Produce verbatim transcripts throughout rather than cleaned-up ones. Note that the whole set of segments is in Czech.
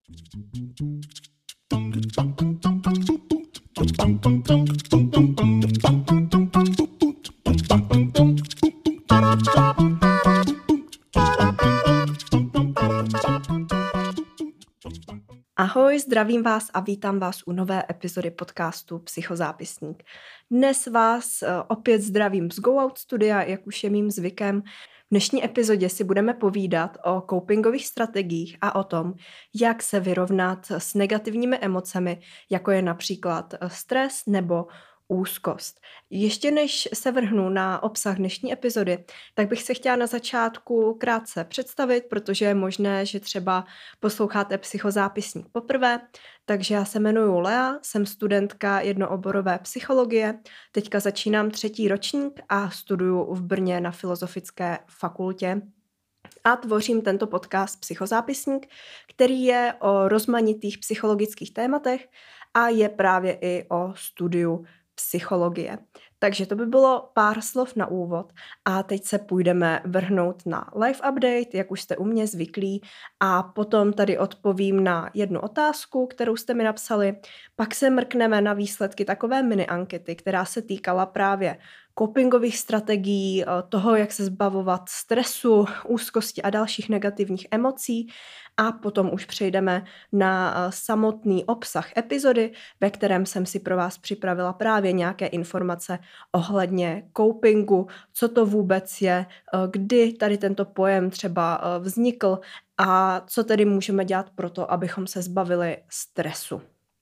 Ahoj, zdravím vás a vítám vás u nové epizody podcastu Psychozápisník. Dnes vás opět zdravím z Go Out studia, jak už je mým zvykem. V dnešní epizodě si budeme povídat o copingových strategiích a o tom, jak se vyrovnat s negativními emocemi, jako je například stres nebo úzkost. Ještě než se vrhnu na obsah dnešní epizody, tak bych se chtěla na začátku krátce představit, protože je možné, že třeba posloucháte Psychozápisník poprvé. Takže já se jmenuji Lea, jsem studentka jednooborové psychologie, teďka začínám třetí ročník a studuju v Brně na Filozofické fakultě. A tvořím tento podcast Psychozápisník, který je o rozmanitých psychologických tématech a je právě i o studiu psychologie. Takže to by bylo pár slov na úvod a teď se půjdeme vrhnout na live update, jak už jste u mě zvyklí, a potom tady odpovím na jednu otázku, kterou jste mi napsali. Pak se mrkneme na výsledky takové mini ankety, která se týkala právě copingových strategií, toho, jak se zbavovat stresu, úzkosti a dalších negativních emocí, a potom už přejdeme na samotný obsah epizody, ve kterém jsem si pro vás připravila právě nějaké informace ohledně copingu, co to vůbec je, kdy tady tento pojem třeba vznikl a co tedy můžeme dělat pro to, abychom se zbavili stresu.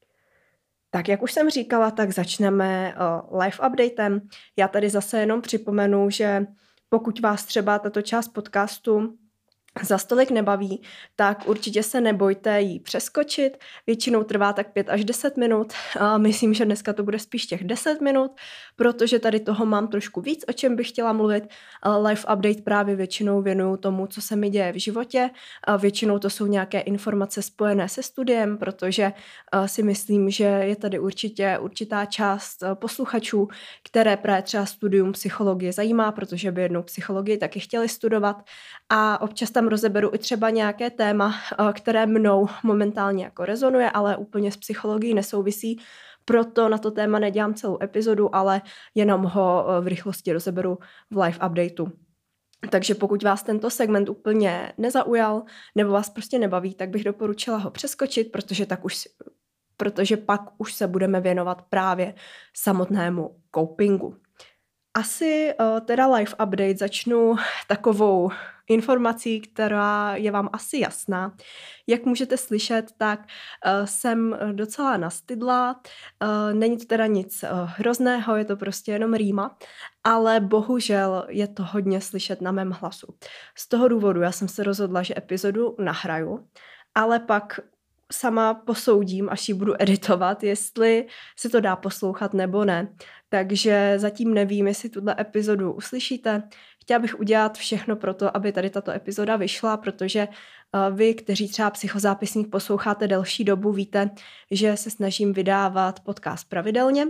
Tak jak už jsem říkala, tak začneme uh, live updatem. Já tady zase jenom připomenu, že pokud vás třeba tato část podcastu za stolik nebaví, tak určitě se nebojte jí přeskočit. Většinou trvá tak pět až deset minut. A myslím, že dneska to bude spíš těch deset minut, protože tady toho mám trošku víc, o čem bych chtěla mluvit. Live update právě většinou věnuju tomu, co se mi děje v životě. A většinou to jsou nějaké informace spojené se studiem, protože si myslím, že je tady určitě určitá část posluchačů, které právě třeba studium psychologie zajímá, protože by jednou psychologii taky chtěli studovat, a občas tam rozeberu i třeba nějaké téma, které mnou momentálně jako rezonuje, ale úplně s psychologií nesouvisí, proto na to téma nedělám celou epizodu, ale jenom ho v rychlosti rozeberu v live updateu. Takže pokud vás tento segment úplně nezaujal nebo vás prostě nebaví, tak bych doporučila ho přeskočit, protože, tak už, protože pak už se budeme věnovat právě samotnému copingu. Asi uh, teda live update začnu takovou informací, která je vám asi jasná. Jak můžete slyšet, tak uh, jsem docela nastydlá. Uh, není to teda nic uh, hrozného, je to prostě jenom rýma, ale bohužel je to hodně slyšet na mém hlasu. Z toho důvodu já jsem se rozhodla, že epizodu nahraju, ale pak sama posoudím, až ji budu editovat, jestli se to dá poslouchat nebo ne. Takže zatím nevím, jestli tuhle epizodu uslyšíte. Chtěla bych udělat všechno pro to, aby tady tato epizoda vyšla, protože vy, kteří třeba Psychozápisník posloucháte delší dobu, víte, že se snažím vydávat podcast pravidelně.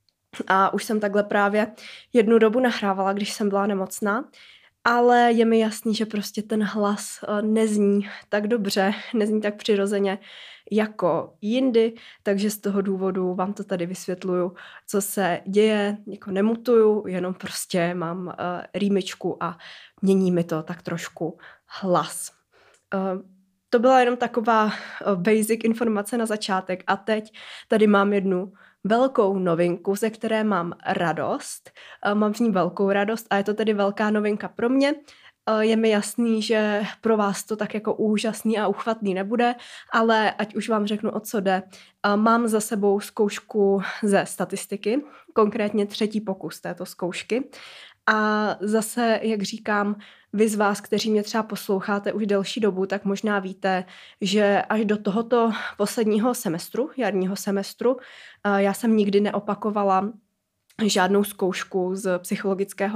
A už jsem takhle právě jednu dobu nahrávala, když jsem byla nemocná. Ale je mi jasný, že prostě ten hlas nezní tak dobře, nezní tak přirozeně jako jindy, takže z toho důvodu vám to tady vysvětluju, co se děje, jako nemutuju, jenom prostě mám uh, rýmičku a mění mi to tak trošku hlas. Uh, to byla jenom taková uh, basic informace na začátek a teď tady mám jednu velkou novinku, ze které mám radost. Mám v ní velkou radost a je to tedy velká novinka pro mě. Je mi jasný, že pro vás to tak jako úžasný a uchvatný nebude, ale ať už vám řeknu, o co jde. Mám za sebou zkoušku ze statistiky, konkrétně třetí pokus této zkoušky. A zase, jak říkám, vy z vás, kteří mě třeba posloucháte už delší dobu, tak možná víte, že až do tohoto posledního semestru, jarního semestru, já jsem nikdy neopakovala žádnou zkoušku z psychologického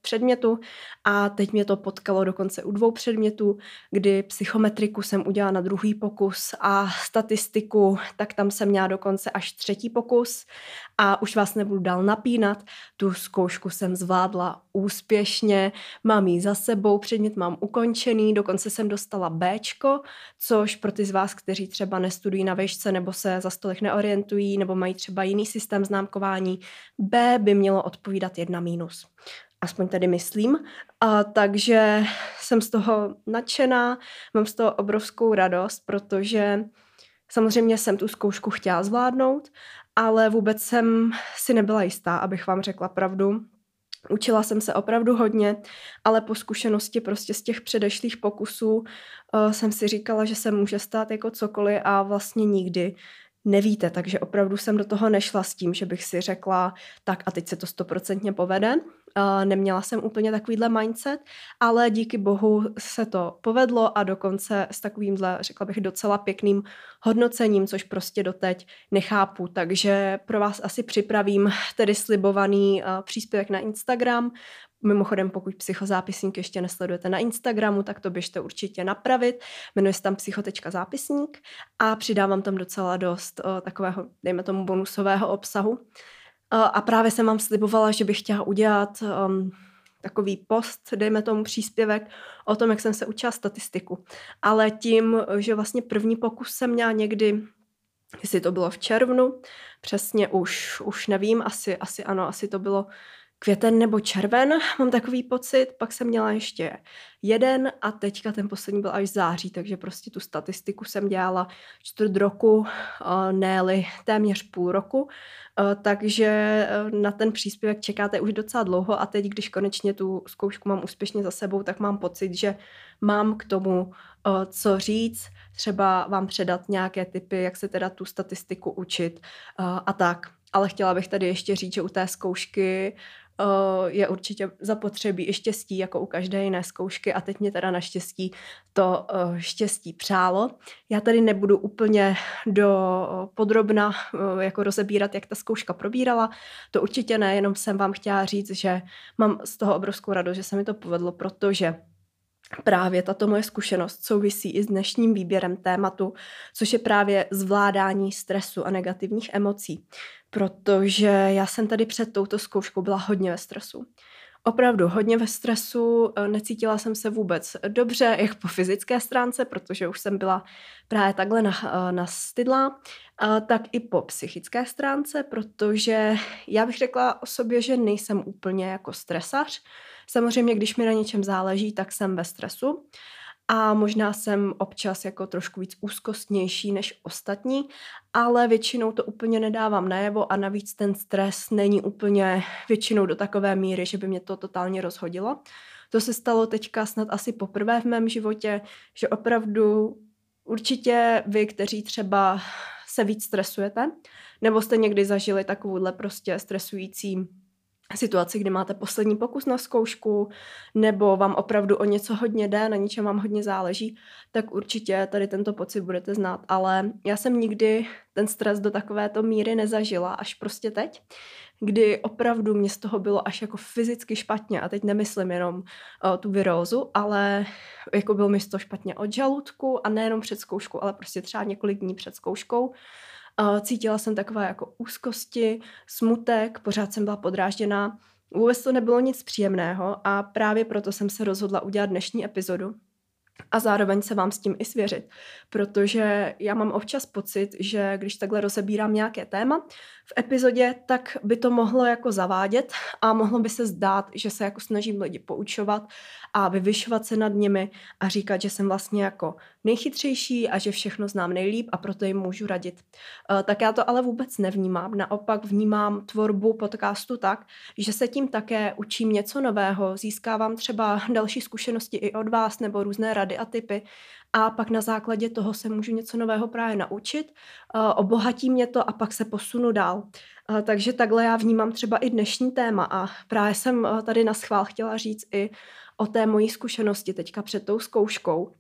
předmětu a teď mě to potkalo dokonce u dvou předmětů, kdy psychometriku jsem udělala na druhý pokus a statistiku, tak tam jsem měla dokonce až třetí pokus a už vás nebudu dál napínat. Tu zkoušku jsem zvládla úspěšně, mám ji za sebou, předmět mám ukončený, dokonce jsem dostala Béčko, což pro ty z vás, kteří třeba nestudují na výšce nebo se za stolik neorientují nebo mají třeba jiný systém známkování, B by mělo odpovídat jedna mínus. Aspoň tedy myslím. A, takže jsem z toho nadšená, mám z toho obrovskou radost, protože samozřejmě jsem tu zkoušku chtěla zvládnout, ale vůbec jsem si nebyla jistá, abych vám řekla pravdu. Učila jsem se opravdu hodně, ale po zkušenosti prostě z těch předešlých pokusů uh, jsem si říkala, že se může stát jako cokoliv a vlastně nikdy nevíte, takže opravdu jsem do toho nešla s tím, že bych si řekla, tak a teď se to stoprocentně povede. Uh, neměla jsem úplně takovýhle mindset, ale díky bohu se to povedlo a dokonce s takovýmhle, řekla bych, docela pěkným hodnocením, což prostě doteď nechápu. Takže pro vás asi připravím tedy slibovaný uh, příspěvek na Instagram. Mimochodem, pokud psychozápisník ještě nesledujete na Instagramu, tak to běžte určitě napravit. Jmenuje se tam psycho tečka zápisník a přidávám tam docela dost uh, takového, dejme tomu, bonusového obsahu. Uh, a právě jsem vám slibovala, že bych chtěla udělat um, takový post, dejme tomu příspěvek o tom, jak jsem se učila statistiku. Ale tím, že vlastně první pokus jsem měla někdy, jestli to bylo v červnu, přesně už, už nevím, asi, asi ano, asi to bylo květen nebo červen, mám takový pocit, pak jsem měla ještě jeden a teďka ten poslední byl až v září, takže prostě tu statistiku jsem dělala čtvrt roku, ne-li téměř půl roku, takže na ten příspěvek čekáte už docela dlouho a teď, když konečně tu zkoušku mám úspěšně za sebou, tak mám pocit, že mám k tomu co říct, třeba vám předat nějaké tipy, jak se teda tu statistiku učit a tak. Ale chtěla bych tady ještě říct, že u té zkoušky uh, je určitě zapotřebí i štěstí, jako u každé jiné zkoušky a teď mě teda naštěstí to uh, štěstí přálo. Já tady nebudu úplně do podrobna uh, jako rozebírat, jak ta zkouška probírala, to určitě ne, jenom jsem vám chtěla říct, že mám z toho obrovskou radost, že se mi to povedlo, protože právě tato moje zkušenost souvisí i s dnešním výběrem tématu, což je právě zvládání stresu a negativních emocí, protože já jsem tady před touto zkouškou byla hodně ve stresu. Opravdu hodně ve stresu, necítila jsem se vůbec dobře, jak po fyzické stránce, protože už jsem byla právě takhle nastydlá, tak i po psychické stránce, protože já bych řekla o sobě, že nejsem úplně jako stresař. Samozřejmě, když mi na něčem záleží, tak jsem ve stresu a možná jsem občas jako trošku víc úzkostnější než ostatní, ale většinou to úplně nedávám najevo a navíc ten stres není úplně většinou do takové míry, že by mě to totálně rozhodilo. To se stalo teďka snad asi poprvé v mém životě, že opravdu určitě vy, kteří třeba se víc stresujete, nebo jste někdy zažili takovouhle prostě stresující situaci, kdy máte poslední pokus na zkoušku, nebo vám opravdu o něco hodně jde, na něčem vám hodně záleží, tak určitě tady tento pocit budete znát. Ale já jsem nikdy ten stres do takovéto míry nezažila, až prostě teď, kdy opravdu mě z toho bylo až jako fyzicky špatně. A teď nemyslím jenom uh, tu virózu, ale jako bylo mi z toho špatně od žaludku a nejenom před zkouškou, ale prostě třeba několik dní před zkouškou. Cítila jsem takové jako úzkosti, smutek, pořád jsem byla podrážděná. Vůbec to nebylo nic příjemného a právě proto jsem se rozhodla udělat dnešní epizodu a zároveň se vám s tím i svěřit, protože já mám občas pocit, že když takhle rozebírám nějaké téma v epizodě, tak by to mohlo jako zavádět a mohlo by se zdát, že se jako snažím lidi poučovat a vyvyšovat se nad nimi a říkat, že jsem vlastně jako nejchytřejší a že všechno znám nejlíp a proto jim můžu radit. Tak já to ale vůbec nevnímám. Naopak vnímám tvorbu podcastu tak, že se tím také učím něco nového, získávám třeba další zkušenosti i od vás nebo různé rady a tipy a pak na základě toho se můžu něco nového právě naučit, obohatí mě to a pak se posunu dál. Takže takhle já vnímám třeba i dnešní téma a právě jsem tady na schvál chtěla říct i o té mojí zkušenosti teďka před tou zkouškou,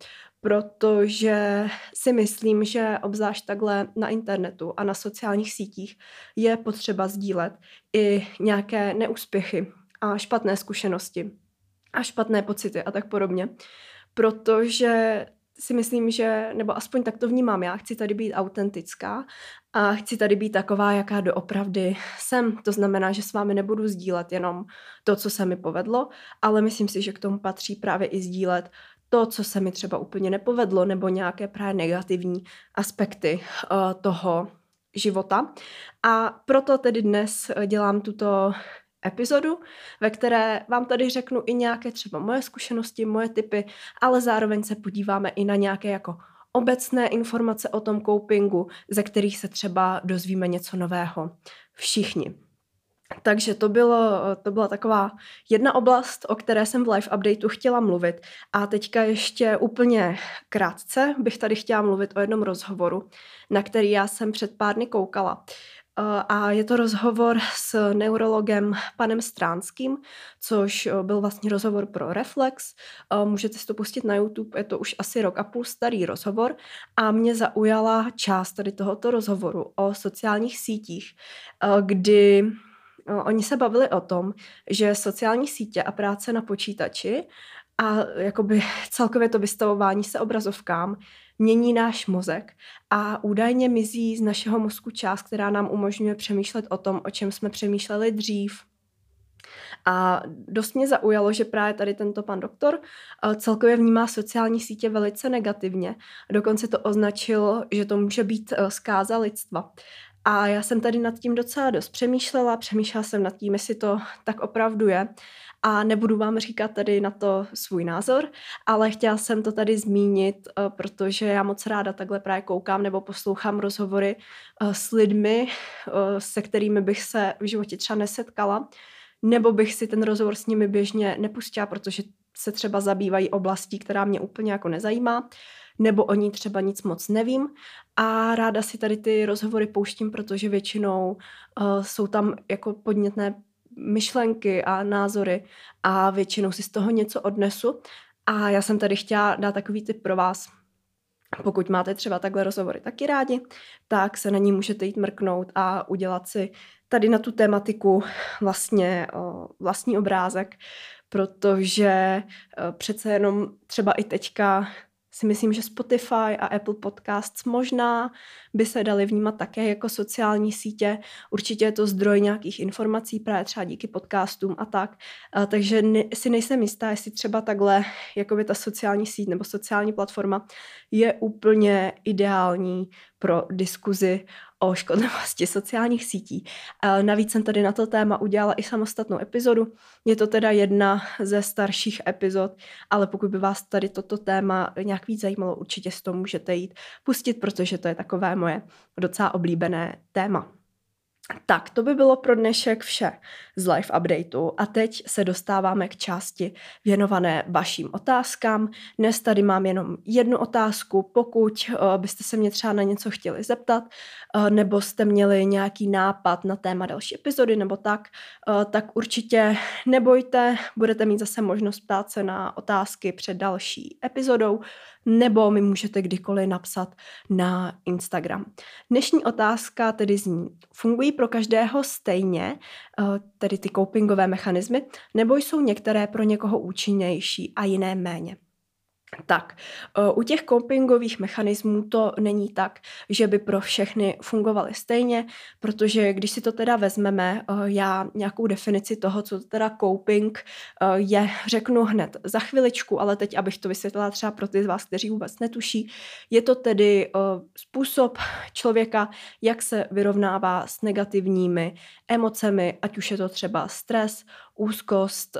protože si myslím, že obzvlášť takhle na internetu a na sociálních sítích je potřeba sdílet i nějaké neúspěchy a špatné zkušenosti a špatné pocity a tak podobně. Protože si myslím, že, nebo aspoň tak to vnímám, já chci tady být autentická a chci tady být taková, jaká doopravdy jsem. To znamená, že s vámi nebudu sdílet jenom to, co se mi povedlo, ale myslím si, že k tomu patří právě i sdílet to, co se mi třeba úplně nepovedlo, nebo nějaké právě negativní aspekty uh, toho života. A proto tedy dnes dělám tuto epizodu, ve které vám tady řeknu i nějaké třeba moje zkušenosti, moje tipy, ale zároveň se podíváme i na nějaké jako obecné informace o tom copingu, ze kterých se třeba dozvíme něco nového všichni. Takže to, bylo, to byla taková jedna oblast, o které jsem v live updateu chtěla mluvit. A teďka ještě úplně krátce bych tady chtěla mluvit o jednom rozhovoru, na který já jsem před pár dny koukala. A je to rozhovor s neurologem panem Stránským, což byl vlastně rozhovor pro Reflex. Můžete si to pustit na YouTube, je to už asi rok a půl starý rozhovor a mě zaujala část tady tohoto rozhovoru o sociálních sítích, kdy oni se bavili o tom, že sociální sítě a práce na počítači a jakoby celkově to vystavování se obrazovkám mění náš mozek a údajně mizí z našeho mozku část, která nám umožňuje přemýšlet o tom, o čem jsme přemýšleli dřív. A dost mě zaujalo, že právě tady tento pan doktor celkově vnímá sociální sítě velice negativně. Dokonce to označil, že to může být zkáza lidstva. A já jsem tady nad tím docela dost přemýšlela, přemýšlela jsem nad tím, jestli to tak opravdu je. A nebudu vám říkat tady na to svůj názor, ale chtěla jsem to tady zmínit, protože já moc ráda takhle právě koukám nebo poslouchám rozhovory s lidmi, se kterými bych se v životě třeba nesetkala, nebo bych si ten rozhovor s nimi běžně nepustila, protože se třeba zabývají oblastí, která mě úplně jako nezajímá, nebo o ní třeba nic moc nevím a ráda si tady ty rozhovory pouštím, protože většinou uh, jsou tam jako podnětné myšlenky a názory a většinou si z toho něco odnesu a já jsem tady chtěla dát takový tip pro vás. Pokud máte třeba takhle rozhovory taky rádi, tak se na ní můžete jít mrknout a udělat si tady na tu tématiku vlastně uh, vlastní obrázek, protože uh, přece jenom třeba i teďka si myslím, že Spotify a Apple Podcasts možná by se daly vnímat také jako sociální sítě. Určitě je to zdroj nějakých informací, právě třeba díky podcastům a tak. A takže ne, si nejsem jistá, jestli třeba takhle jakoby ta sociální síť nebo sociální platforma je úplně ideální pro diskuzi o škodlivosti sociálních sítí. A navíc jsem tady na to téma udělala i samostatnou epizodu. Je to teda jedna ze starších epizod, ale pokud by vás tady toto téma nějak víc zajímalo, určitě si to můžete jít pustit, protože to je takové moje docela oblíbené téma. Tak, to by bylo pro dnešek vše z live updateu a teď se dostáváme k části věnované vašim otázkám. Dnes tady mám jenom jednu otázku, pokud uh, byste se mě třeba na něco chtěli zeptat, uh, nebo jste měli nějaký nápad na téma další epizody nebo tak, uh, tak určitě nebojte, budete mít zase možnost ptát se na otázky před další epizodou, nebo mi můžete kdykoliv napsat na Instagram. Dnešní otázka tedy zní, fungují pro každého stejně, tedy ty copingové mechanismy, nebo jsou některé pro někoho účinnější a jiné méně? Tak, u těch copingových mechanismů to není tak, že by pro všechny fungovaly stejně, protože když si to teda vezmeme, já nějakou definici toho, co teda coping je, řeknu hned za chviličku, ale teď, abych to vysvětlila třeba pro ty z vás, kteří vůbec netuší, je to tedy způsob člověka, jak se vyrovnává s negativními emocemi, ať už je to třeba stres, úzkost,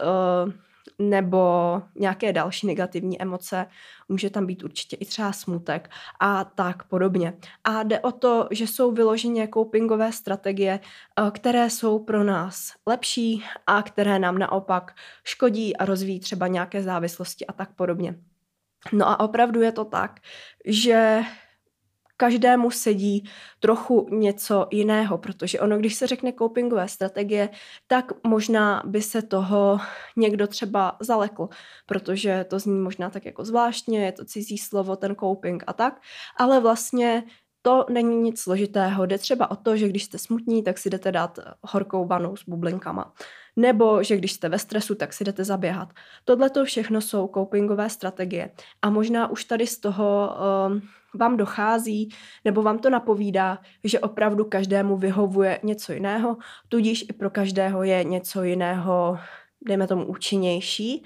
nebo nějaké další negativní emoce, může tam být určitě i třeba smutek a tak podobně. A jde o to, že jsou vyloženě copingové strategie, které jsou pro nás lepší a které nám naopak škodí a rozvíjí třeba nějaké závislosti a tak podobně. No a opravdu je to tak, že každému sedí trochu něco jiného, protože ono, když se řekne copingové strategie, tak možná by se toho někdo třeba zalekl, protože to zní možná tak jako zvláštně, je to cizí slovo, ten coping a tak, ale vlastně To není nic složitého. Jde třeba o to, že když jste smutní, tak si jdete dát horkou vanu s bublinkama. Nebo že když jste ve stresu, tak si jdete zaběhat. Tohle to všechno jsou copingové strategie. A možná už tady z toho um, vám dochází, nebo vám to napovídá, že opravdu každému vyhovuje něco jiného, tudíž i pro každého je něco jiného, dejme tomu, účinnější.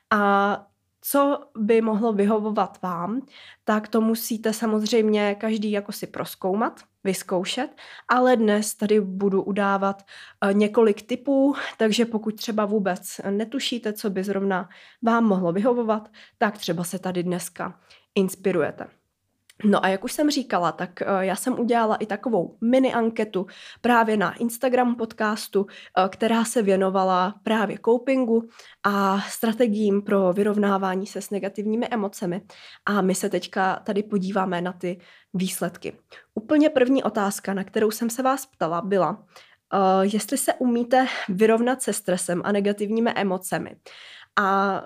A co by mohlo vyhovovat vám, tak to musíte samozřejmě každý jako si prozkoumat, vyzkoušet, ale dnes tady budu udávat několik tipů, takže pokud třeba vůbec netušíte, co by zrovna vám mohlo vyhovovat, tak třeba se tady dneska inspirujete. No a jak už jsem říkala, tak já jsem udělala i takovou mini anketu právě na Instagramu podcastu, která se věnovala právě copingu a strategiím pro vyrovnávání se s negativními emocemi. A my se teďka tady podíváme na ty výsledky. Úplně první otázka, na kterou jsem se vás ptala, byla, jestli se umíte vyrovnat se stresem a negativními emocemi. A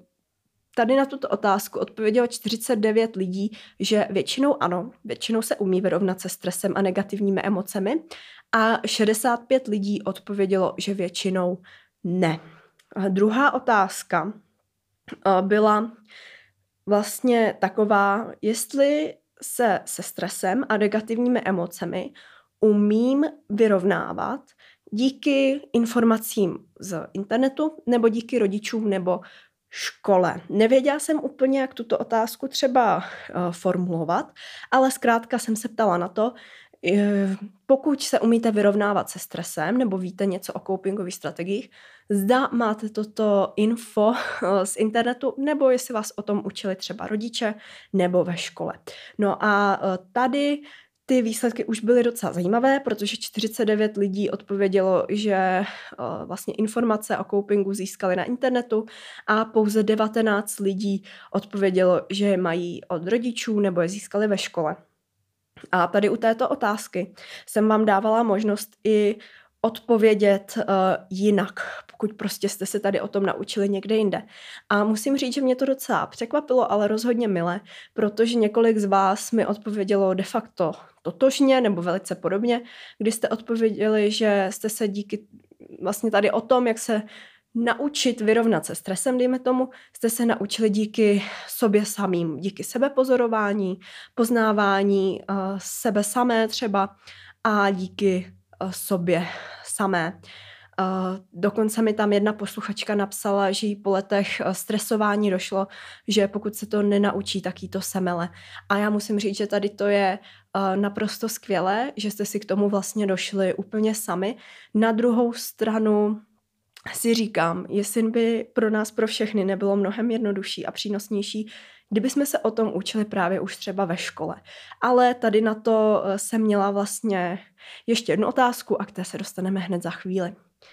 tady na tuto otázku odpovědělo čtyřicet devět lidí, že většinou ano, většinou se umí vyrovnat se stresem a negativními emocemi a šedesát pět lidí odpovědělo, že většinou ne. A druhá otázka byla vlastně taková, jestli se se stresem a negativními emocemi umím vyrovnávat díky informacím z internetu nebo díky rodičům nebo škole. Nevěděla jsem úplně, jak tuto otázku třeba uh, formulovat, ale zkrátka jsem se ptala na to, uh, pokud se umíte vyrovnávat se stresem nebo víte něco o copingových strategiích, zda máte toto info uh, z internetu nebo jestli vás o tom učili třeba rodiče nebo ve škole. No a uh, tady ty výsledky už byly docela zajímavé, protože čtyřicet devět lidí odpovědělo, že uh, vlastně informace o copingu získali na internetu a pouze devatenáct lidí odpovědělo, že je mají od rodičů nebo je získali ve škole. A tady u této otázky jsem vám dávala možnost i odpovědět uh, jinak, pokud prostě jste se tady o tom naučili někde jinde. A musím říct, že mě to docela překvapilo, ale rozhodně mile, protože několik z vás mi odpovědělo de facto totožně nebo velice podobně, kdy jste odpověděli, že jste se díky vlastně tady o tom, jak se naučit vyrovnat se stresem, dejme tomu, jste se naučili díky sobě samým, díky sebepozorování, poznávání uh, sebe samé třeba a díky uh, sobě samé. Uh, dokonce mi tam jedna posluchačka napsala, že jí po letech stresování došlo, že pokud se to nenaučí, tak jí to semele. A já musím říct, že tady to je uh, naprosto skvělé, že jste si k tomu vlastně došli úplně sami. Na druhou stranu si říkám, jestli by pro nás, pro všechny nebylo mnohem jednodušší a přínosnější, kdyby jsme se o tom učili právě už třeba ve škole. Ale tady na to jsem měla vlastně ještě jednu otázku a k té se dostaneme hned za chvíli.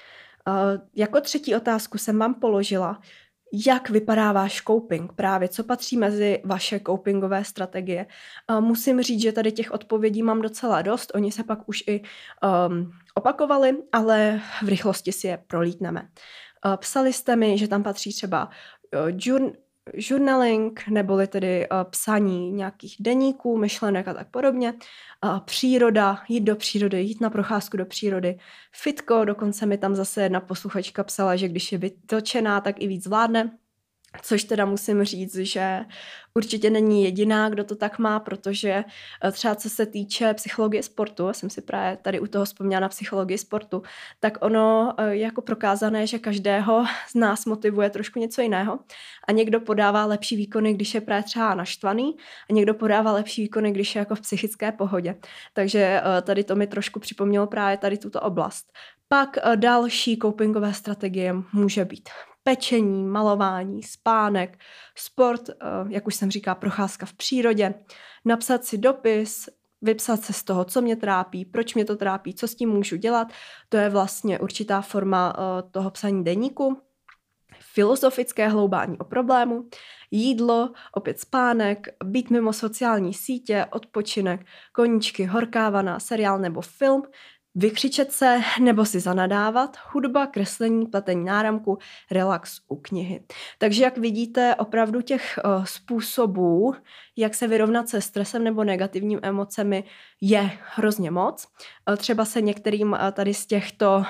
Uh, jako třetí otázku jsem vám položila, jak vypadá váš coping, právě co patří mezi vaše copingové strategie. Uh, musím říct, že tady těch odpovědí mám docela dost, oni se pak už i um, opakovali, ale v rychlosti si je prolítneme. Uh, psali jste mi, že tam patří třeba uh, jour- journaling, neboli tedy uh, psaní nějakých deníků, myšlenek a tak podobně. Uh, příroda, jít do přírody, jít na procházku do přírody. Fitko, dokonce mi tam zase jedna posluchačka psala, že když je vytočená, tak i víc zvládne. Což teda musím říct, že určitě není jediná, kdo to tak má, protože třeba co se týče psychologie sportu, já jsem si právě tady u toho vzpomněla na psychologii sportu, tak ono je jako prokázané, že každého z nás motivuje trošku něco jiného a někdo podává lepší výkony, když je právě třeba naštvaný a někdo podává lepší výkony, když je jako v psychické pohodě. Takže tady to mi trošku připomnělo právě tady tuto oblast. Pak další copingové strategie může být pečení, malování, spánek, sport, jak už jsem říkala, procházka v přírodě, napsat si dopis, vypsat se z toho, co mě trápí, proč mě to trápí, co s tím můžu dělat. To je vlastně určitá forma toho psaní deníku. Filozofické hloubání o problému, jídlo, opět spánek, být mimo sociální sítě, odpočinek, koníčky, horká vana, seriál nebo film, Vykřičet se nebo si zanadávat, hudba, kreslení, pletení náramku, relax u knihy. Takže jak vidíte, opravdu těch uh, způsobů, jak se vyrovnat se stresem nebo negativními emocemi, je hrozně moc. Uh, třeba se některým uh, tady z těchto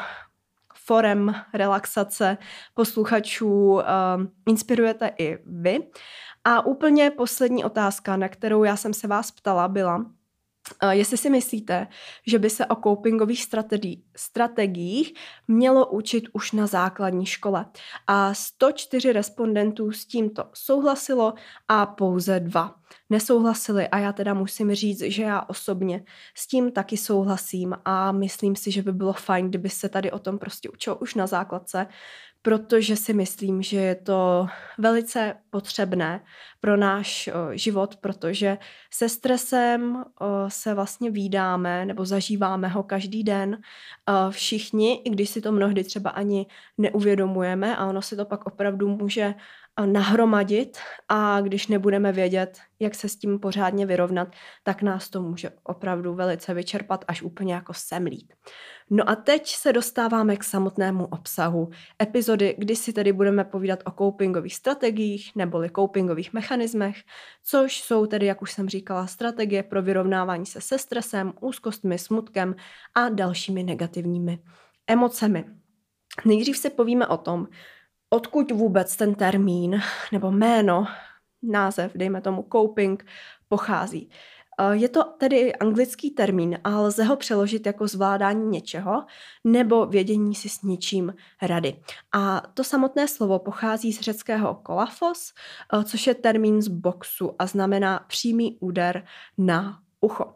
forem relaxace posluchačů uh, inspirujete i vy. A úplně poslední otázka, na kterou já jsem se vás ptala, byla, jestli si myslíte, že by se o copingových strategi- strategiích mělo učit už na základní škole. A sto čtyři respondentů s tímto souhlasilo a pouze dva nesouhlasili. A já teda musím říct, že já osobně s tím taky souhlasím a myslím si, že by bylo fajn, kdyby se tady o tom prostě učilo už na základce, protože si myslím, že je to velice potřebné pro náš o, život, protože se stresem o, se vlastně vídáme nebo zažíváme ho každý den o, všichni, i když si to mnohdy třeba ani neuvědomujeme a ono se to pak opravdu může nahromadit a když nebudeme vědět, jak se s tím pořádně vyrovnat, tak nás to může opravdu velice vyčerpat až úplně jako semlít. No a teď se dostáváme k samotnému obsahu epizody, kdy si tedy budeme povídat o copingových strategiích neboli copingových mechanismech, což jsou tedy, jak už jsem říkala, strategie pro vyrovnávání se se stresem, úzkostmi, smutkem a dalšími negativními emocemi. Nejdřív si povíme o tom, odkud vůbec ten termín nebo jméno, název, dejme tomu coping, pochází. Je to tedy anglický termín a lze ho přeložit jako zvládání něčeho nebo vědění si s něčím rady. A to samotné slovo pochází z řeckého kolafos, což je termín z boxu a znamená přímý úder na ucho.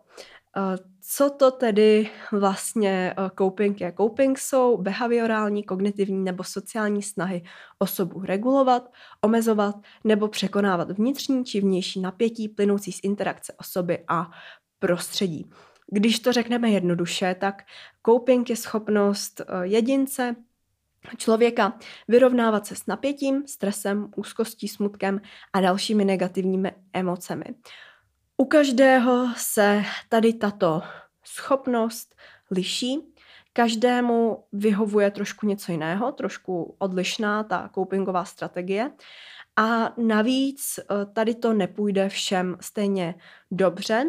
Co to tedy vlastně coping je? Coping jsou behaviorální, kognitivní nebo sociální snahy osobu regulovat, omezovat nebo překonávat vnitřní či vnější napětí plynoucí z interakce osoby a prostředí. Když to řekneme jednoduše, tak coping je schopnost jedince, člověka vyrovnávat se s napětím, stresem, úzkostí, smutkem a dalšími negativními emocemi. U každého se tady tato schopnost liší, každému vyhovuje trošku něco jiného, trošku odlišná ta copingová strategie a navíc tady to nepůjde všem stejně dobře,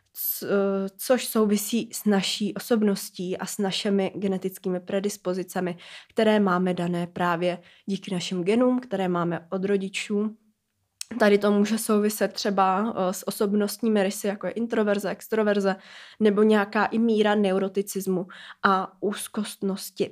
což souvisí s naší osobností a s našimi genetickými predispozicemi, které máme dané právě díky našim genům, které máme od rodičů. Tady to může souviset třeba s osobnostními rysy, jako je introverze, extroverze, nebo nějaká i míra neuroticismu a úzkostnosti.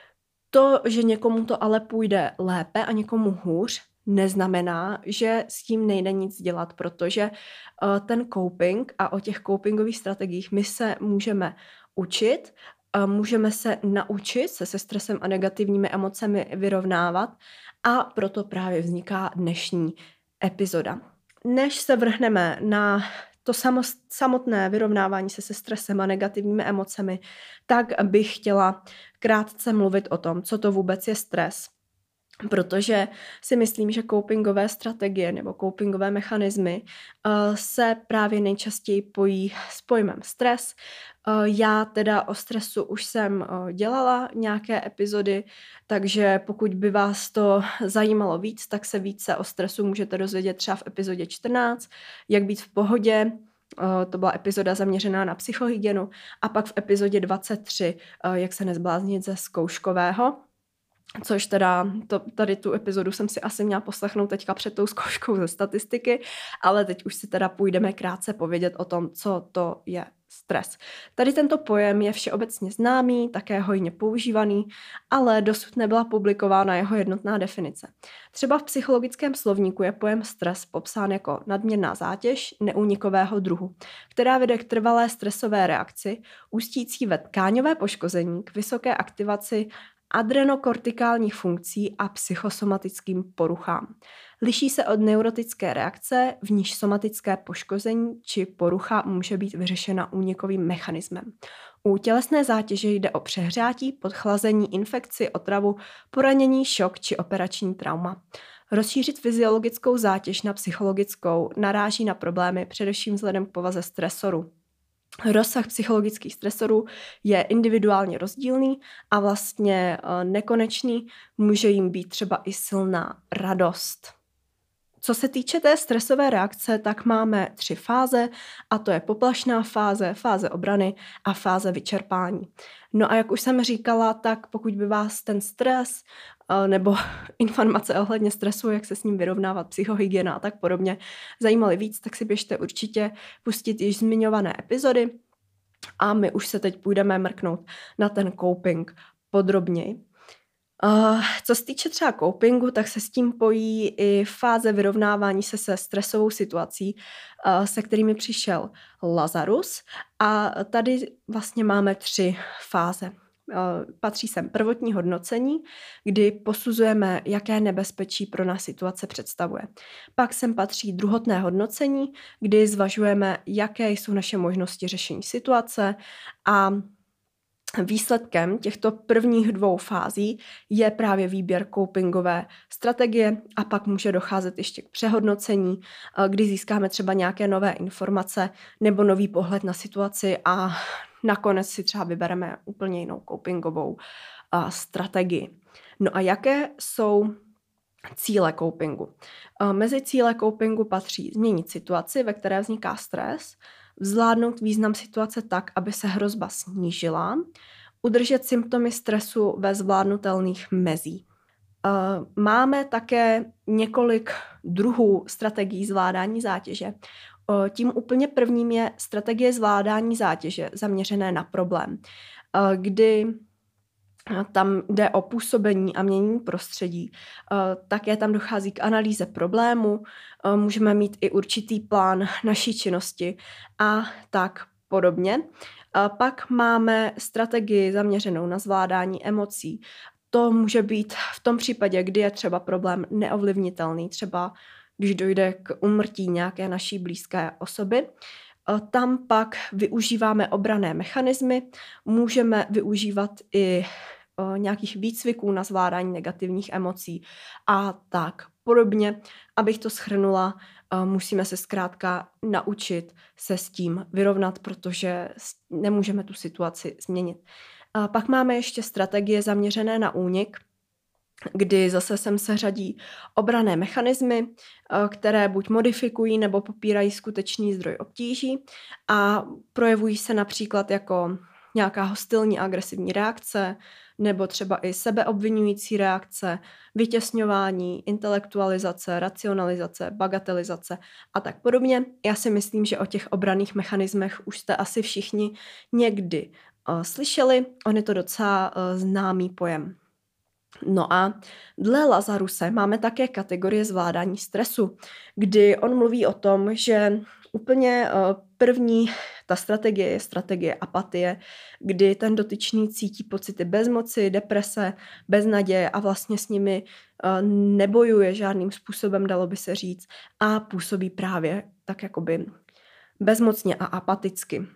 To, že někomu to ale půjde lépe a někomu hůř, neznamená, že s tím nejde nic dělat, protože ten coping a o těch copingových strategiích my se můžeme učit, můžeme se naučit se se stresem a negativními emocemi vyrovnávat a proto právě vzniká dnešní epizoda. Než se vrhneme na to samotné vyrovnávání se se stresem a negativními emocemi, tak bych chtěla krátce mluvit o tom, co to vůbec je stres. Protože si myslím, že copingové strategie nebo copingové mechanismy uh, se právě nejčastěji pojí s pojmem stres. Uh, já teda o stresu už jsem uh, dělala nějaké epizody, takže pokud by vás to zajímalo víc, tak se více o stresu můžete dozvědět třeba v epizodě čtrnáct, jak být v pohodě. Uh, to byla epizoda zaměřená na psychohygienu a pak v epizodě dvacet tři, uh, jak se nezbláznit ze zkouškového. Což teda, to, tady tu epizodu jsem si asi měla poslechnout teďka před tou zkouškou ze statistiky, ale teď už si teda půjdeme krátce povědět o tom, co to je stres. Tady tento pojem je všeobecně známý, také hojně používaný, ale dosud nebyla publikována jeho jednotná definice. Třeba v psychologickém slovníku je pojem stres popsán jako nadměrná zátěž neúnikového druhu, která vede k trvalé stresové reakci, ústící ve tkáňové poškození, k vysoké aktivaci adrenokortikálních funkcí a psychosomatickým poruchám. Liší se od neurotické reakce, v níž somatické poškození či porucha může být vyřešena únikovým mechanismem. U tělesné zátěže jde o přehřátí, podchlazení, infekci, otravu, poranění, šok či operační trauma. Rozšířit fyziologickou zátěž na psychologickou naráží na problémy především vzhledem k povaze stresoru. Rozsah psychologických stresorů je individuálně rozdílný a vlastně nekonečný, může jim být třeba i silná radost. Co se týče té stresové reakce, tak máme tři fáze a to je poplašná fáze, fáze obrany a fáze vyčerpání. No a jak už jsem říkala, tak pokud by vás ten stres nebo informace ohledně stresu, jak se s ním vyrovnávat, psychohygiena a tak podobně zajímaly víc, tak si běžte určitě pustit již zmiňované epizody a my už se teď půjdeme mrknout na ten coping podrobněji. Uh, co se týče třeba copingu, tak se s tím pojí i fáze vyrovnávání se se stresovou situací, uh, se kterými přišel Lazarus. A tady vlastně máme tři fáze. Uh, patří sem prvotní hodnocení, kdy posuzujeme, jaké nebezpečí pro nás situace představuje. Pak sem patří druhotné hodnocení, kdy zvažujeme, jaké jsou naše možnosti řešení situace a výsledkem těchto prvních dvou fází je právě výběr copingové strategie a pak může docházet ještě k přehodnocení, kdy získáme třeba nějaké nové informace nebo nový pohled na situaci a nakonec si třeba vybereme úplně jinou copingovou strategii. No a jaké jsou cíle copingu? Mezi cíle copingu patří změnit situaci, ve které vzniká stres, zvládnout význam situace tak, aby se hrozba snížila, udržet symptomy stresu ve zvládnutelných mezí. Máme také několik druhů strategií zvládání zátěže. Tím úplně prvním je strategie zvládání zátěže zaměřené na problém, kdy tam jde o působení a měnění prostředí. Také tam dochází k analýze problému, můžeme mít i určitý plán naší činnosti a tak podobně. Pak máme strategii zaměřenou na zvládání emocí. To může být v tom případě, kdy je třeba problém neovlivnitelný, třeba když dojde k úmrtí nějaké naší blízké osoby. Tam pak využíváme obranné mechanismy, můžeme využívat i nějakých výcviků na zvládání negativních emocí a tak podobně. Abych to shrnula, musíme se zkrátka naučit se s tím vyrovnat, protože nemůžeme tu situaci změnit. A pak máme ještě strategie zaměřené na únik, kdy zase sem se řadí obranné mechanismy, které buď modifikují nebo popírají skutečný zdroj obtíží a projevují se například jako nějaká hostilní agresivní reakce nebo třeba i sebeobvinující reakce, vytěsňování, intelektualizace, racionalizace, bagatelizace a tak podobně. Já si myslím, že o těch obranných mechanismech už jste asi všichni někdy uh, slyšeli. On je to docela uh, známý pojem. No a dle Lazaruse máme také kategorie zvládání stresu, kdy on mluví o tom, že úplně první ta strategie je strategie apatie, kdy ten dotyčný cítí pocity bezmoci, deprese, beznaděje a vlastně s nimi nebojuje žádným způsobem, dalo by se říct, a působí právě tak jakoby bezmocně a apaticky.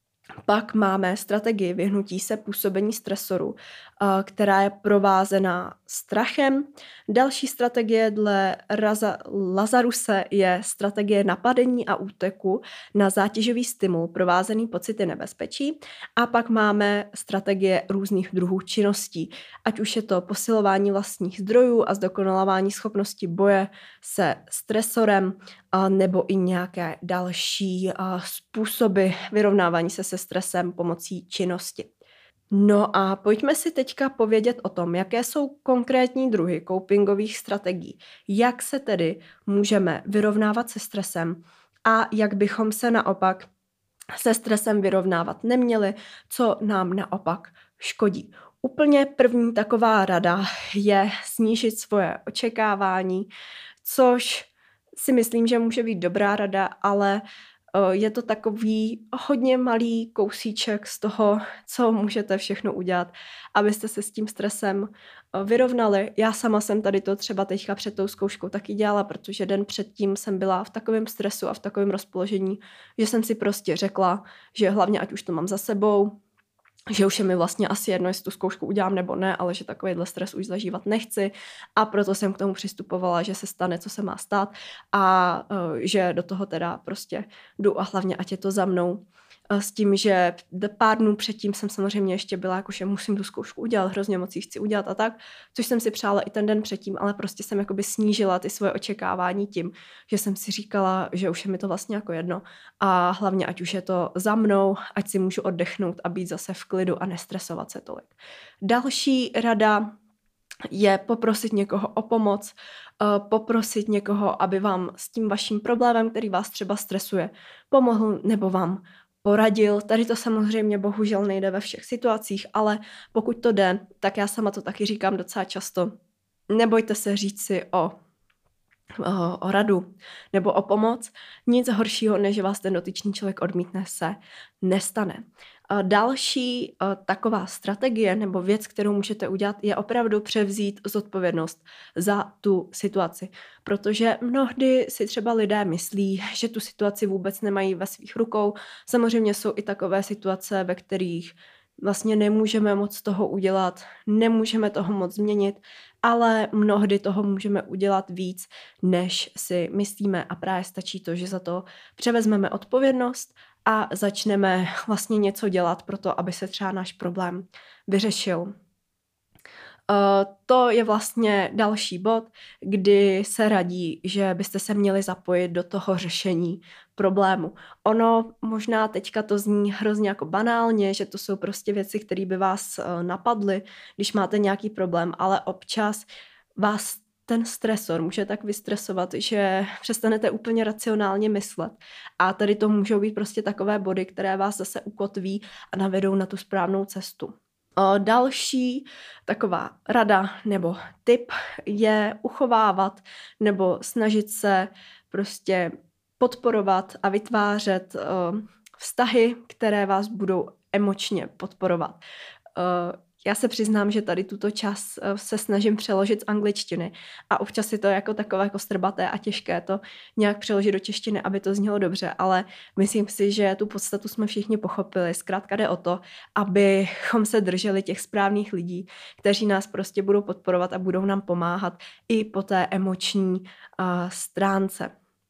Pak máme strategii vyhnutí se působení stresoru, která je provázená strachem. Další strategie dle Raza, Lazaruse je strategie napadení a úteku na zátěžový stimul provázený pocity nebezpečí. A pak máme strategie různých druhů činností, ať už je to posilování vlastních zdrojů a zdokonalování schopnosti boje se stresorem, nebo i nějaké další způsoby vyrovnávání se se stresem pomocí činnosti. No a pojďme si teďka povědět o tom, jaké jsou konkrétní druhy copingových strategií, jak se tedy můžeme vyrovnávat se stresem a jak bychom se naopak se stresem vyrovnávat neměli, co nám naopak škodí. Úplně první taková rada je snížit svoje očekávání, což si myslím, že může být dobrá rada, ale je to takový hodně malý kousíček z toho, co můžete všechno udělat, abyste se s tím stresem vyrovnali. Já sama jsem tady to třeba teďka před tou zkouškou taky dělala, protože den předtím jsem byla v takovém stresu a v takovém rozpoložení, že jsem si prostě řekla, že hlavně ať už to mám za sebou, že už je mi vlastně asi jedno, jestli tu zkoušku udělám nebo ne, ale že takovýhle stres už zažívat nechci a proto jsem k tomu přistupovala, že se stane, co se má stát a uh, že do toho teda prostě jdu a hlavně ať je to za mnou. s tím, že pár dnů předtím jsem samozřejmě ještě byla jako, že musím tu zkoušku udělat, hrozně moc ji chci udělat a tak, což jsem si přála i ten den předtím, ale prostě jsem jakoby snížila ty svoje očekávání tím, že jsem si říkala, že už je mi to vlastně jako jedno a hlavně ať už je to za mnou, ať si můžu oddechnout a být zase v klidu a nestresovat se tolik. Další rada je poprosit někoho o pomoc, poprosit někoho, aby vám s tím vaším problémem, který vás třeba stresuje, pomohl nebo vám poradil. Tady to samozřejmě bohužel nejde ve všech situacích, ale pokud to jde, tak já sama to taky říkám docela často. Nebojte se říct si o, o, o radu nebo o pomoc. Nic horšího, než že vás ten dotyčný člověk odmítne, se nestane. Další taková strategie nebo věc, kterou můžete udělat, je opravdu převzít zodpovědnost za tu situaci. Protože mnohdy si třeba lidé myslí, že tu situaci vůbec nemají ve svých rukou. Samozřejmě jsou i takové situace, ve kterých vlastně nemůžeme moc toho udělat, nemůžeme toho moc změnit, ale mnohdy toho můžeme udělat víc, než si myslíme a právě stačí to, že za to převezmeme odpovědnost a začneme vlastně něco dělat pro to, aby se třeba náš problém vyřešil. Uh, to je vlastně další bod, kdy se radí, že byste se měli zapojit do toho řešení problému. Ono možná teďka to zní hrozně jako banálně, že to jsou prostě věci, které by vás uh, napadly, když máte nějaký problém, ale občas vás ten stresor může tak vystresovat, že přestanete úplně racionálně myslet. A tady to můžou být prostě takové body, které vás zase ukotví a navedou na tu správnou cestu. O, další taková rada nebo tip je uchovávat nebo snažit se prostě podporovat a vytvářet o, vztahy, které vás budou emočně podporovat. O, Já se přiznám, že tady tuto čas se snažím přeložit z angličtiny a občas je to jako takové jako strbaté a těžké to nějak přeložit do češtiny, aby to znělo dobře, ale myslím si, že tu podstatu jsme všichni pochopili. Zkrátka jde o to, abychom se drželi těch správných lidí, kteří nás prostě budou podporovat a budou nám pomáhat i po té emoční uh, stránce.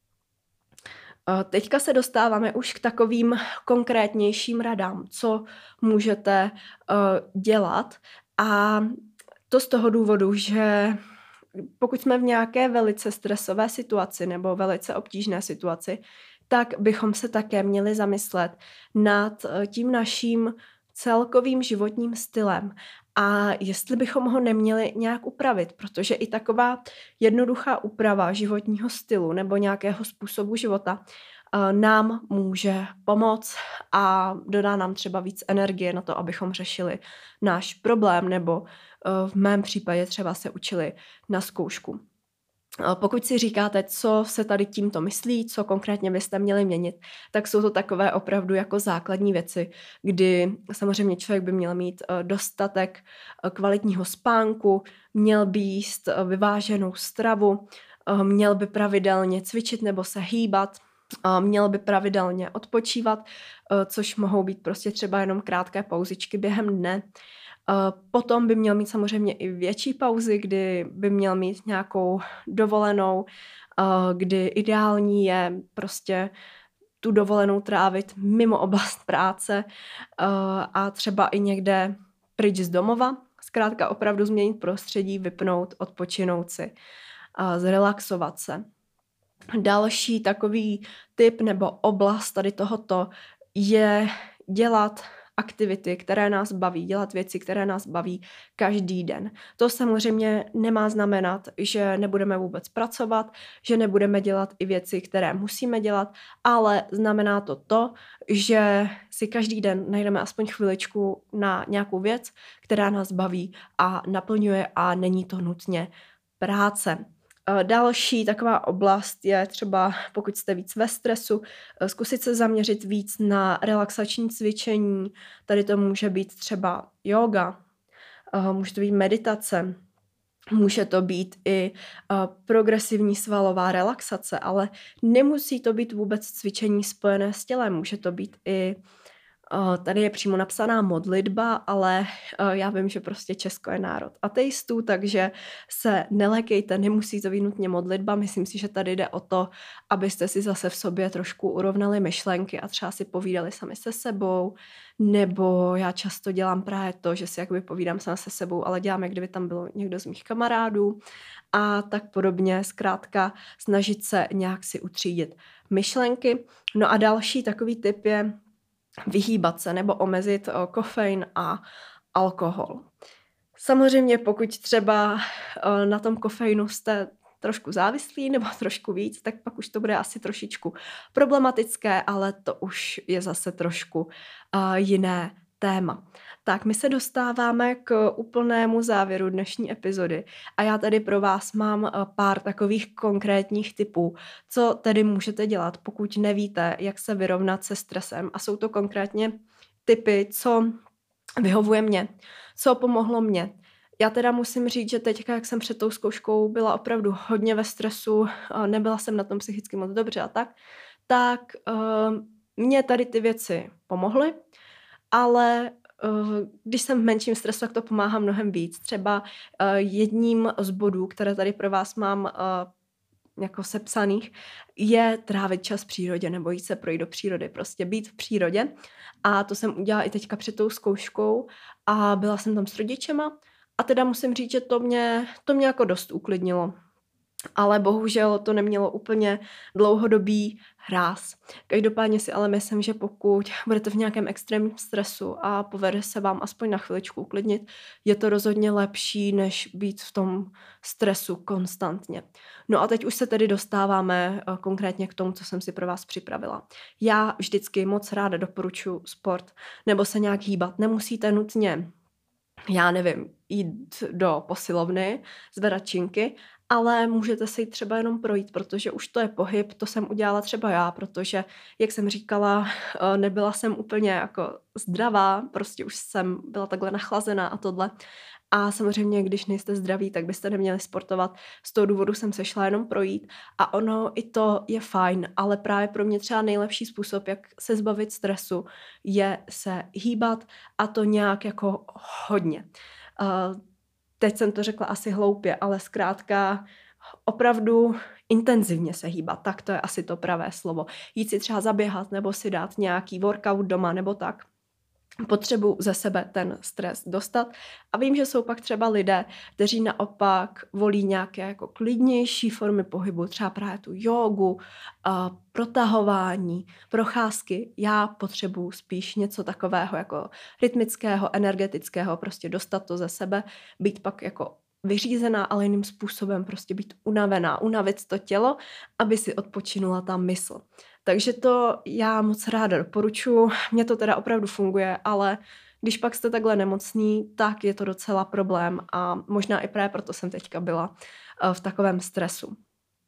Teďka se dostáváme už k takovým konkrétnějším radám, co můžete uh, dělat a to z toho důvodu, že pokud jsme v nějaké velice stresové situaci nebo velice obtížné situaci, tak bychom se také měli zamyslet nad uh, tím naším celkovým životním stylem a jestli bychom ho neměli nějak upravit, protože i taková jednoduchá úprava životního stylu nebo nějakého způsobu života nám může pomoct a dodá nám třeba víc energie na to, abychom řešili náš problém nebo v mém případě třeba se učili na zkoušku. Pokud si říkáte, co se tady tímto myslí, co konkrétně byste měli měnit, tak jsou to takové opravdu jako základní věci, kdy samozřejmě člověk by měl mít dostatek kvalitního spánku, měl by jíst vyváženou stravu, měl by pravidelně cvičit nebo se hýbat, měl by pravidelně odpočívat, což mohou být prostě třeba jenom krátké pauzičky během dne. Potom by měl mít samozřejmě i větší pauzy, kdy by měl mít nějakou dovolenou, kdy ideální je prostě tu dovolenou trávit mimo oblast práce a třeba i někde pryč z domova. Zkrátka opravdu změnit prostředí, vypnout, odpočinout si, zrelaxovat se. Další takový tip nebo oblast tady tohoto je dělat aktivity, které nás baví, dělat věci, které nás baví každý den. To samozřejmě nemá znamenat, že nebudeme vůbec pracovat, že nebudeme dělat i věci, které musíme dělat, ale znamená to to, že si každý den najdeme aspoň chviličku na nějakou věc, která nás baví a naplňuje a není to nutně práce. Další taková oblast je třeba, pokud jste víc ve stresu, zkusit se zaměřit víc na relaxační cvičení. Tady to může být třeba yoga, může to být meditace, může to být i progresivní svalová relaxace, ale nemusí to být vůbec cvičení spojené s tělem. Může to být i Tady je přímo napsaná modlitba, ale já vím, že prostě Česko je národ ateistů, takže se nelekejte, nemusí to být nutně modlitba. Myslím si, že tady jde o to, abyste si zase v sobě trošku urovnali myšlenky a třeba si povídali sami se sebou, nebo já často dělám právě to, že si jakoby povídám sama se sebou, ale dělám, jak kdyby tam bylo někdo z mých kamarádů a tak podobně, zkrátka snažit se nějak si utřídit myšlenky. No a další takový tip je vyhýbat se nebo omezit kofein a alkohol. Samozřejmě pokud třeba na tom kofeinu jste trošku závislí nebo trošku víc, tak pak už to bude asi trošičku problematické, ale to už je zase trošku jiné téma. Tak my se dostáváme k úplnému závěru dnešní epizody a já tady pro vás mám pár takových konkrétních tipů, co tedy můžete dělat, pokud nevíte, jak se vyrovnat se stresem, a jsou to konkrétně tipy, co vyhovuje mně, co pomohlo mně. Já teda musím říct, že teďka, jak jsem před tou zkouškou byla opravdu hodně ve stresu, nebyla jsem na tom psychicky moc dobře a tak, tak uh, mě tady ty věci pomohly, ale uh, když jsem v menším stresu, tak to pomáhá mnohem víc. Třeba uh, jedním z bodů, které tady pro vás mám uh, jako sepsaných, je trávit čas v přírodě nebo jít se projít do přírody, prostě být v přírodě. A to jsem udělala i teďka před tou zkouškou a byla jsem tam s rodičema a teda musím říct, že to mě, to mě jako dost uklidnilo. Ale bohužel to nemělo úplně dlouhodobý hráz. Každopádně si ale myslím, že pokud budete v nějakém extrémním stresu a povede se vám aspoň na chviličku uklidnit, je to rozhodně lepší, než být v tom stresu konstantně. No a teď už se tedy dostáváme konkrétně k tomu, co jsem si pro vás připravila. Já vždycky moc ráda doporučuji sport nebo se nějak hýbat. Nemusíte nutně, já nevím, jít do posilovny, zvedat činky, ale můžete si třeba jenom projít, protože už to je pohyb, to jsem udělala třeba já, protože, jak jsem říkala, nebyla jsem úplně jako zdravá, prostě už jsem byla takhle nachlazená a tohle. A samozřejmě, když nejste zdraví, tak byste neměli sportovat. Z toho důvodu jsem se šla jenom projít a ono i to je fajn, ale právě pro mě třeba nejlepší způsob, jak se zbavit stresu, je se hýbat a to nějak jako hodně. Uh, Teď jsem to řekla asi hloupě, ale zkrátka opravdu intenzivně se hýbat, tak to je asi to pravé slovo. Jít si třeba zaběhat nebo si dát nějaký workout doma nebo tak. Potřebuji ze sebe ten stres dostat a vím, že jsou pak třeba lidé, kteří naopak volí nějaké jako klidnější formy pohybu, třeba právě tu jógu, protahování, procházky. Já potřebuji spíš něco takového jako rytmického, energetického, prostě dostat to ze sebe, být pak jako vyřízená, ale jiným způsobem prostě být unavená, unavit to tělo, aby si odpočinula ta mysl. Takže to já moc ráda doporučuji. Mně to teda opravdu funguje, ale když pak jste takhle nemocný, tak je to docela problém a možná i právě proto jsem teďka byla v takovém stresu.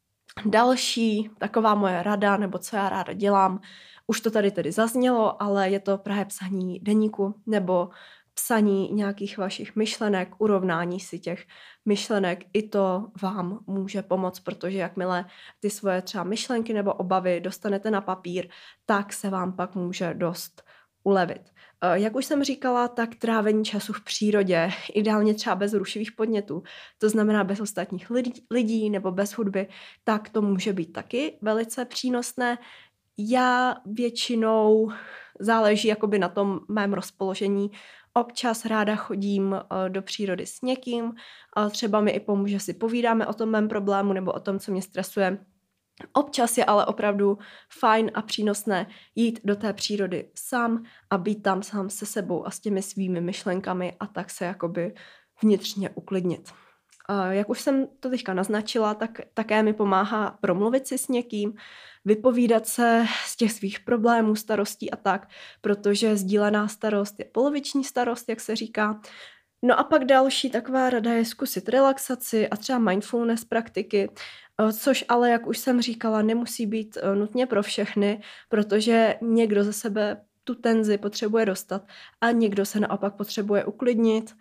Další taková moje rada, nebo co já ráda dělám, už to tady tedy zaznělo, ale je to právě psaní deníku nebo psaní nějakých vašich myšlenek, urovnání si těch myšlenek, i to vám může pomoct, protože jakmile ty svoje třeba myšlenky nebo obavy dostanete na papír, tak se vám pak může dost ulevit. Jak už jsem říkala, tak trávení času v přírodě, ideálně třeba bez rušivých podnětů, to znamená bez ostatních lidí nebo bez hudby, tak to může být taky velice přínosné. Já většinou, záleží jakoby na tom mém rozpoložení, občas ráda chodím do přírody s někým, třeba mi i pomůže, si povídáme o tom mém problému nebo o tom, co mě stresuje. Občas je ale opravdu fajn a přínosné jít do té přírody sám a být tam sám se sebou a s těmi svými myšlenkami a tak se jakoby vnitřně uklidnit. Jak už jsem to teďka naznačila, tak také mi pomáhá promluvit si s někým, vypovídat se z těch svých problémů, starostí a tak, protože sdílená starost je poloviční starost, jak se říká. No a pak další taková rada je zkusit relaxaci a třeba mindfulness praktiky, což ale, jak už jsem říkala, nemusí být nutně pro všechny, protože někdo ze sebe tu tenzi potřebuje dostat a někdo se naopak potřebuje uklidnit.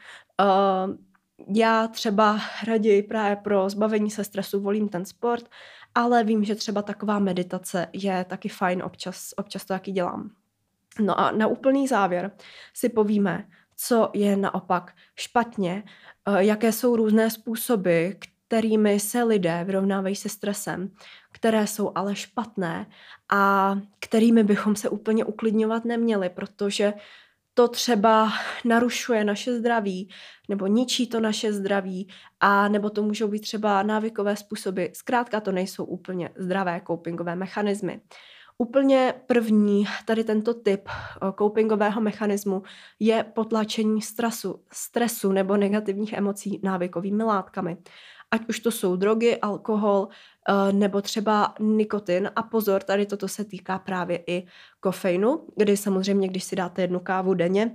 Já třeba raději právě pro zbavení se stresu volím ten sport, ale vím, že třeba taková meditace je taky fajn, občas, občas to taky dělám. No a na úplný závěr si povíme, co je naopak špatně, jaké jsou různé způsoby, kterými se lidé vyrovnávají se stresem, které jsou ale špatné a kterými bychom se úplně uklidňovat neměli, protože to třeba narušuje naše zdraví, nebo ničí to naše zdraví, a nebo to můžou být třeba návykové způsoby. Zkrátka to nejsou úplně zdravé copingové mechanismy. Úplně první tady tento typ copingového mechanismu je potlačení stresu, stresu nebo negativních emocí návykovými látkami. Ať už to jsou drogy, alkohol nebo třeba nikotin. A pozor, tady toto se týká právě i kofeinu, kdy samozřejmě, když si dáte jednu kávu denně,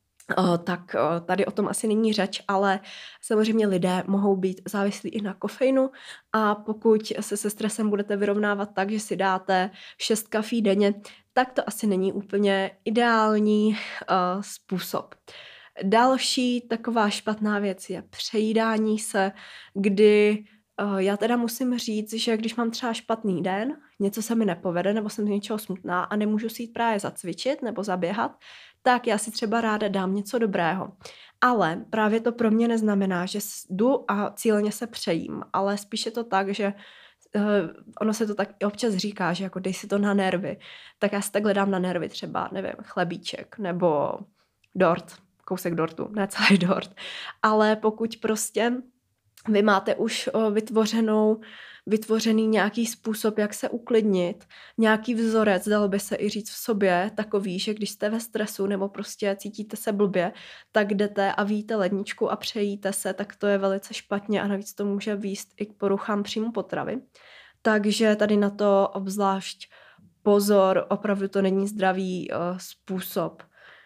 tak tady o tom asi není řeč, ale samozřejmě lidé mohou být závislí i na kofeinu, a pokud se se stresem budete vyrovnávat tak, že si dáte šest kafí denně, tak to asi není úplně ideální uh, způsob. Další taková špatná věc je přejídání se, kdy uh, já teda musím říct, že když mám třeba špatný den, něco se mi nepovede, nebo jsem z něčeho smutná a nemůžu si jít právě zacvičit nebo zaběhat, tak já si třeba ráda dám něco dobrého. Ale právě to pro mě neznamená, že jdu a cíleně se přejím, ale spíš je to tak, že uh, ono se to tak i občas říká, že jako dej si to na nervy, tak já si takhle dám na nervy třeba, nevím, chlebíček nebo dort, kousek dortu, ne celý dort. Ale pokud prostě vy máte už uh, vytvořenou vytvořený nějaký způsob, jak se uklidnit, nějaký vzorec, dalo by se i říct v sobě, takový, že když jste ve stresu nebo prostě cítíte se blbě, tak jdete a víte ledničku a přejíte se, tak to je velice špatně a navíc to může vést i k poruchám příjmu potravy. Takže tady na to obzvlášť pozor, opravdu to není zdravý uh, způsob.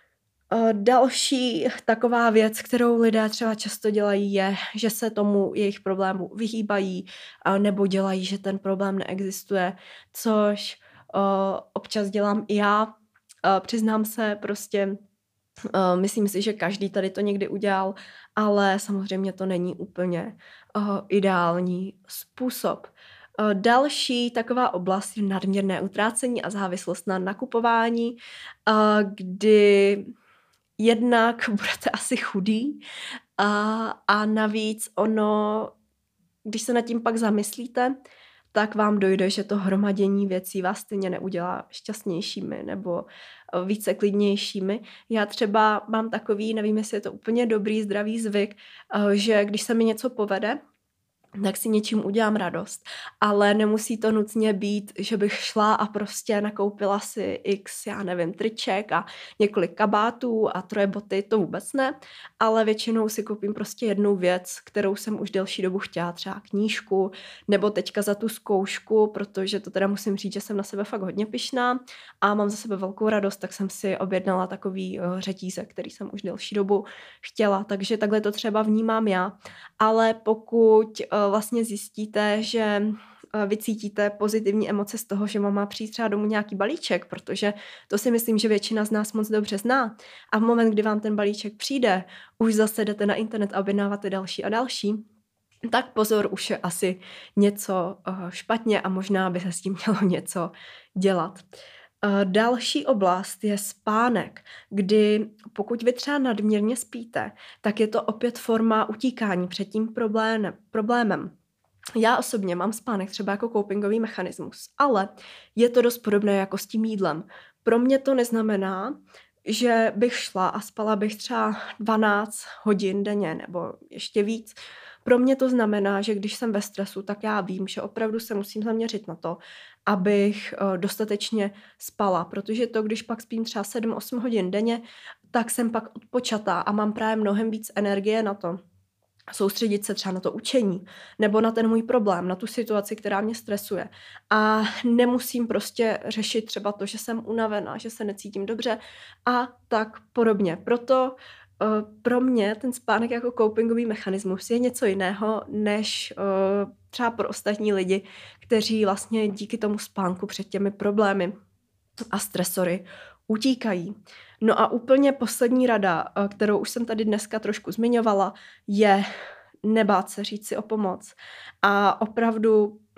Další taková věc, kterou lidé třeba často dělají, je, že se tomu jejich problému vyhýbají nebo dělají, že ten problém neexistuje, což uh, občas dělám i já. Uh, přiznám se, prostě uh, myslím si, že každý tady to někdy udělal, ale samozřejmě to není úplně uh, ideální způsob. Uh, další taková oblast je nadměrné utrácení a závislost na nakupování, uh, kdy jednak budete asi chudý a, a navíc ono, když se nad tím pak zamyslíte, tak vám dojde, že to hromadění věcí vás stejně neudělá šťastnějšími nebo více klidnějšími. Já třeba mám takový, nevím, jestli je to úplně dobrý, zdravý zvyk, že když se mi něco povede, tak si něčím udělám radost. Ale nemusí to nutně být, že bych šla a prostě nakoupila si x, já nevím, triček a několik kabátů a troje boty, to vůbec ne. Ale většinou si koupím prostě jednu věc, kterou jsem už delší dobu chtěla, třeba knížku, nebo teďka za tu zkoušku, protože to teda musím říct, že jsem na sebe fakt hodně pyšná a mám za sebe velkou radost, tak jsem si objednala takový uh, řetízek, který jsem už delší dobu chtěla. Takže takhle to třeba vnímám já. Ale pokud uh, vlastně zjistíte, že vycítíte pozitivní emoce z toho, že vám má přijít třeba domů nějaký balíček, protože to si myslím, že většina z nás moc dobře zná. A v moment, kdy vám ten balíček přijde, už zase jdete na internet a objednáváte další a další, tak pozor, už je asi něco špatně a možná by se s tím mělo něco dělat. Další oblast je spánek, kdy pokud vy třeba nadměrně spíte, tak je to opět forma utíkání před tím problém, problémem. Já osobně mám spánek třeba jako copingový mechanismus, ale je to dost podobné jako s tím jídlem. Pro mě to neznamená, že bych šla a spala bych třeba dvanáct hodin denně nebo ještě víc. Pro mě to znamená, že když jsem ve stresu, tak já vím, že opravdu se musím zaměřit na to, abych dostatečně spala, protože to, když pak spím třeba sedm osm hodin denně, tak jsem pak odpočatá a mám právě mnohem víc energie na to soustředit se třeba na to učení nebo na ten můj problém, na tu situaci, která mě stresuje. A nemusím prostě řešit třeba to, že jsem unavená, že se necítím dobře a tak podobně. Proto uh, pro mě ten spánek jako copingový mechanismus je něco jiného, než uh, třeba pro ostatní lidi, kteří vlastně díky tomu spánku před těmi problémy a stresory utíkají. No a úplně poslední rada, kterou už jsem tady dneska trošku zmiňovala, je nebát se říct si o pomoc a opravdu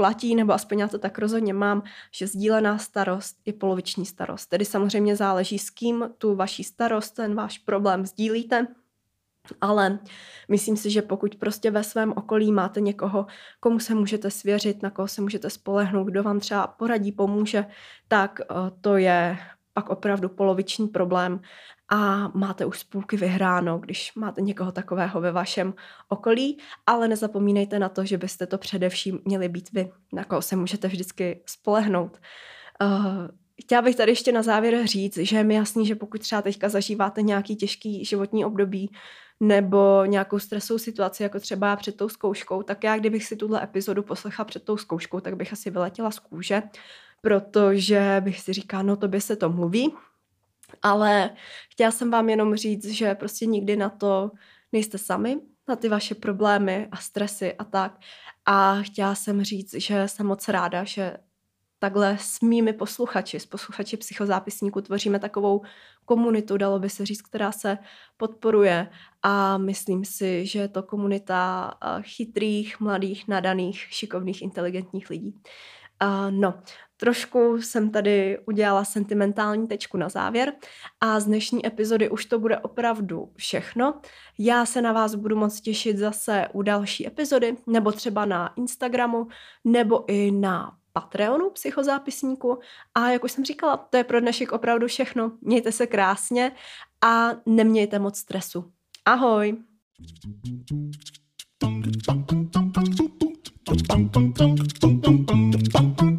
platí, nebo aspoň já to tak rozhodně mám, že sdílená starost je poloviční starost. Tedy samozřejmě záleží, s kým tu vaši starost, ten váš problém sdílíte, ale myslím si, že pokud prostě ve svém okolí máte někoho, komu se můžete svěřit, na koho se můžete spolehnout, kdo vám třeba poradí, pomůže, tak to je pak opravdu poloviční problém a máte už z půlky vyhráno, když máte někoho takového ve vašem okolí, ale nezapomínejte na to, že byste to především měli být vy, na koho se můžete vždycky spolehnout. Uh, Chtěla bych tady ještě na závěr říct, že je mi jasný, že pokud třeba teďka zažíváte nějaký těžký životní období nebo nějakou stresovou situaci, jako třeba před tou zkouškou, tak já kdybych si tuhle epizodu poslechla před tou zkouškou, tak bych asi vyletěla z kůže, protože bych si říkala, no tobě se to mluví, ale chtěla jsem vám jenom říct, že prostě nikdy na to nejste sami, na ty vaše problémy a stresy a tak. A chtěla jsem říct, že jsem moc ráda, že takhle s mými posluchači, s posluchači Psychozápisníku tvoříme takovou komunitu, dalo by se říct, která se podporuje a myslím si, že je to komunita chytrých, mladých, nadaných, šikovných, inteligentních lidí. Uh, no, trošku jsem tady udělala sentimentální tečku na závěr a z dnešní epizody už to bude opravdu všechno. Já se na vás budu moc těšit zase u další epizody, nebo třeba na Instagramu, nebo i na Patreonu Psychozápisníku. A jak už jsem říkala, to je pro dnešek opravdu všechno. Mějte se krásně a nemějte moc stresu. Ahoj! Bum, bum, bum, bum, bum, bum, bum, bum, bum, bum, bum, bum, bum, bum.